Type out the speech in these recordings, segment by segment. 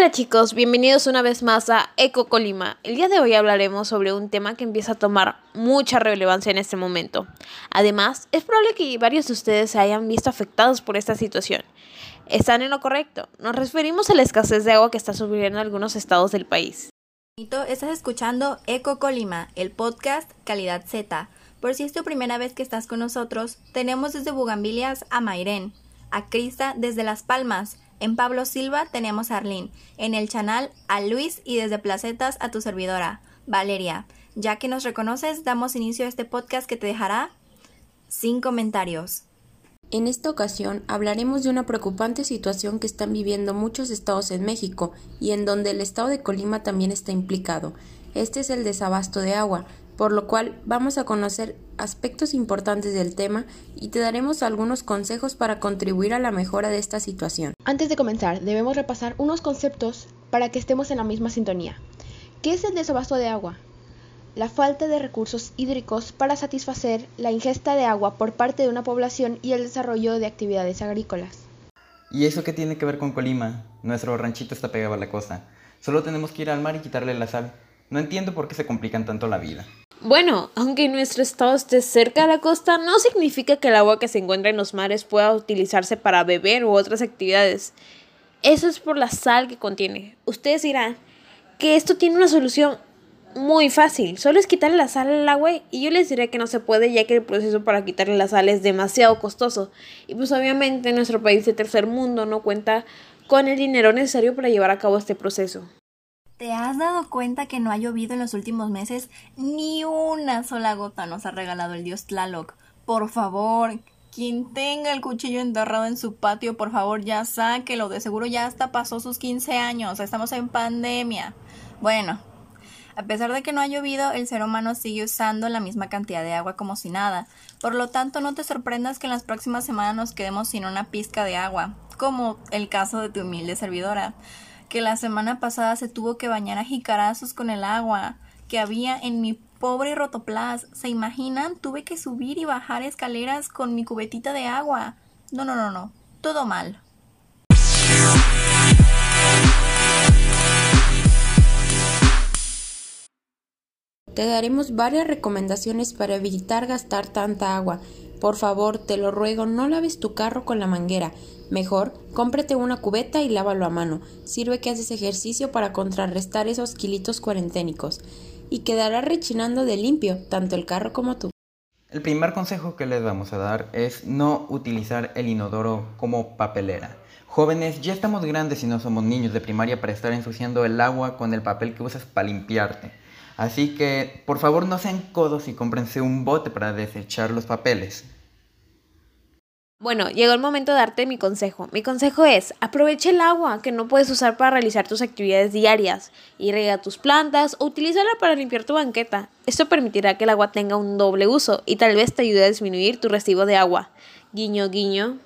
Hola chicos, bienvenidos una vez más a Eco Colima. El día de hoy hablaremos sobre un tema que empieza a tomar mucha relevancia en este momento. Además, es probable que varios de ustedes se hayan visto afectados por esta situación. Están en lo correcto. Nos referimos a la escasez de agua que está sufriendo algunos estados del país. Estás escuchando Eco Colima, el podcast Calidad Z. Por si es tu primera vez que estás con nosotros, tenemos desde Bugambilias a Mayren, a Crista desde Las Palmas. En Pablo Silva tenemos a Arlene, en el Chanal a Luis y desde Placetas a tu servidora, Valeria. Ya que nos reconoces, damos inicio a este podcast que te dejará sin comentarios. En esta ocasión hablaremos de una preocupante situación que están viviendo muchos estados en México y en donde el estado de Colima también está implicado. Este es el desabasto de agua, por lo cual vamos a conocer aspectos importantes del tema y te daremos algunos consejos para contribuir a la mejora de esta situación. Antes de comenzar, debemos repasar unos conceptos para que estemos en la misma sintonía. ¿Qué es el desabasto de agua? La falta de recursos hídricos para satisfacer la ingesta de agua por parte de una población y el desarrollo de actividades agrícolas. ¿Y eso qué tiene que ver con Colima? Nuestro ranchito está pegado a la costa. Solo tenemos que ir al mar y quitarle la sal. No entiendo por qué se complican tanto la vida. Bueno, aunque nuestro estado esté cerca de la costa, no significa que el agua que se encuentra en los mares pueda utilizarse para beber u otras actividades. Eso es por la sal que contiene. Ustedes dirán que esto tiene una solución muy fácil, solo es quitarle la sal al agua y yo les diré que no se puede, ya que el proceso para quitarle la sal es demasiado costoso y pues obviamente nuestro país de tercer mundo no cuenta con el dinero necesario para llevar a cabo este proceso. ¿Te has dado cuenta que no ha llovido en los últimos meses? Ni una sola gota nos ha regalado el dios Tlaloc. Por favor, quien tenga el cuchillo enterrado en su patio, por favor ya sáquelo, de seguro ya hasta pasó sus 15 años, estamos en pandemia. Bueno, a pesar de que no ha llovido, el ser humano sigue usando la misma cantidad de agua como si nada. Por lo tanto, no te sorprendas que en las próximas semanas nos quedemos sin una pizca de agua, como el caso de tu humilde servidora, que la semana pasada se tuvo que bañar a jicarazos con el agua que había en mi pobre rotoplas. ¿Se imaginan? Tuve que subir y bajar escaleras con mi cubetita de agua. No, todo mal. Te daremos varias recomendaciones para evitar gastar tanta agua. Por favor, te lo ruego, no laves tu carro con la manguera. Mejor, cómprate una cubeta y lávalo a mano. Sirve que haces ejercicio para contrarrestar esos kilitos cuarenténicos. Y quedará rechinando de limpio, tanto el carro como tú. El primer consejo que les vamos a dar es no utilizar el inodoro como papelera. Jóvenes, ya estamos grandes y no somos niños de primaria para estar ensuciando el agua con el papel que usas para limpiarte. Así que, por favor, no sean codos y cómprense un bote para desechar los papeles. Bueno, llegó el momento de darte mi consejo. Mi consejo es, aprovecha el agua que no puedes usar para realizar tus actividades diarias y riega tus plantas o utilízala para limpiar tu banqueta. Esto permitirá que el agua tenga un doble uso y tal vez te ayude a disminuir tu recibo de agua. Guiño, guiño.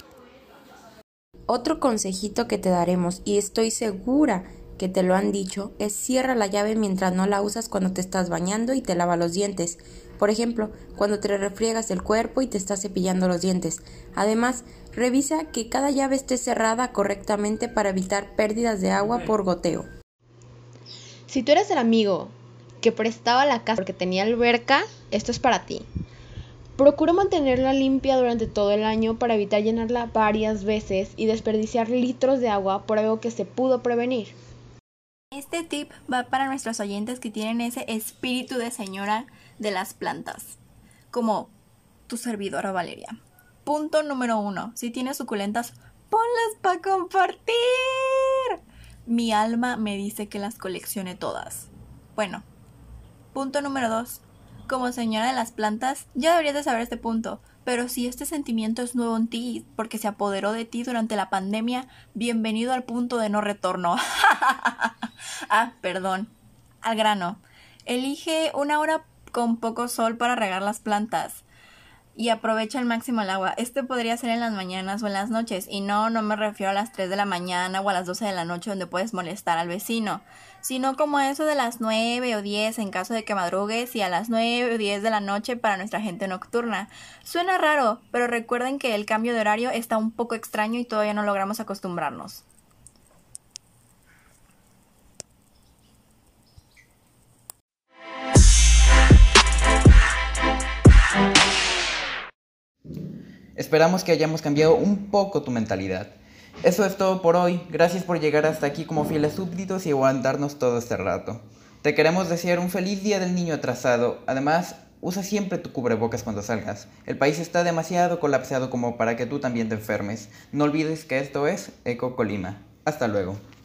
Otro consejito que te daremos, y estoy segura que te lo han dicho, es cierra la llave mientras no la usas cuando te estás bañando y te lavas los dientes. Por ejemplo, cuando te refriegas el cuerpo y te estás cepillando los dientes. Además, revisa que cada llave esté cerrada correctamente para evitar pérdidas de agua por goteo. Si tú eres el amigo que prestaba la casa porque tenía alberca, esto es para ti. Procura mantenerla limpia durante todo el año para evitar llenarla varias veces y desperdiciar litros de agua por algo que se pudo prevenir. Este tip va para nuestros oyentes que tienen ese espíritu de señora de las plantas, como tu servidora Valeria. Punto número 1. Si tienes suculentas, ponlas para compartir. Mi alma me dice que las coleccione todas. Bueno, punto número 2. Como señora de las plantas, ya deberías de saber este punto. Pero si este sentimiento es nuevo en ti porque se apoderó de ti durante la pandemia, bienvenido al punto de no retorno. Perdón. Al grano. Elige una hora con poco sol para regar las plantas y aprovecha al máximo el agua. Este podría ser en las mañanas o en las noches, y no me refiero a las 3 de la mañana o a las 12 de la noche donde puedes molestar al vecino, sino como eso de las 9 o 10 en caso de que madrugues, y a las 9 o 10 de la noche para nuestra gente nocturna. Suena raro, pero recuerden que el cambio de horario está un poco extraño y todavía no logramos acostumbrarnos. Esperamos que hayamos cambiado un poco tu mentalidad. Eso es todo por hoy. Gracias por llegar hasta aquí como fieles súbditos y aguantarnos todo este rato. Te queremos desear un feliz día del niño atrasado. Además, usa siempre tu cubrebocas cuando salgas. El país está demasiado colapsado como para que tú también te enfermes. No olvides que esto es Eco Colima. Hasta luego.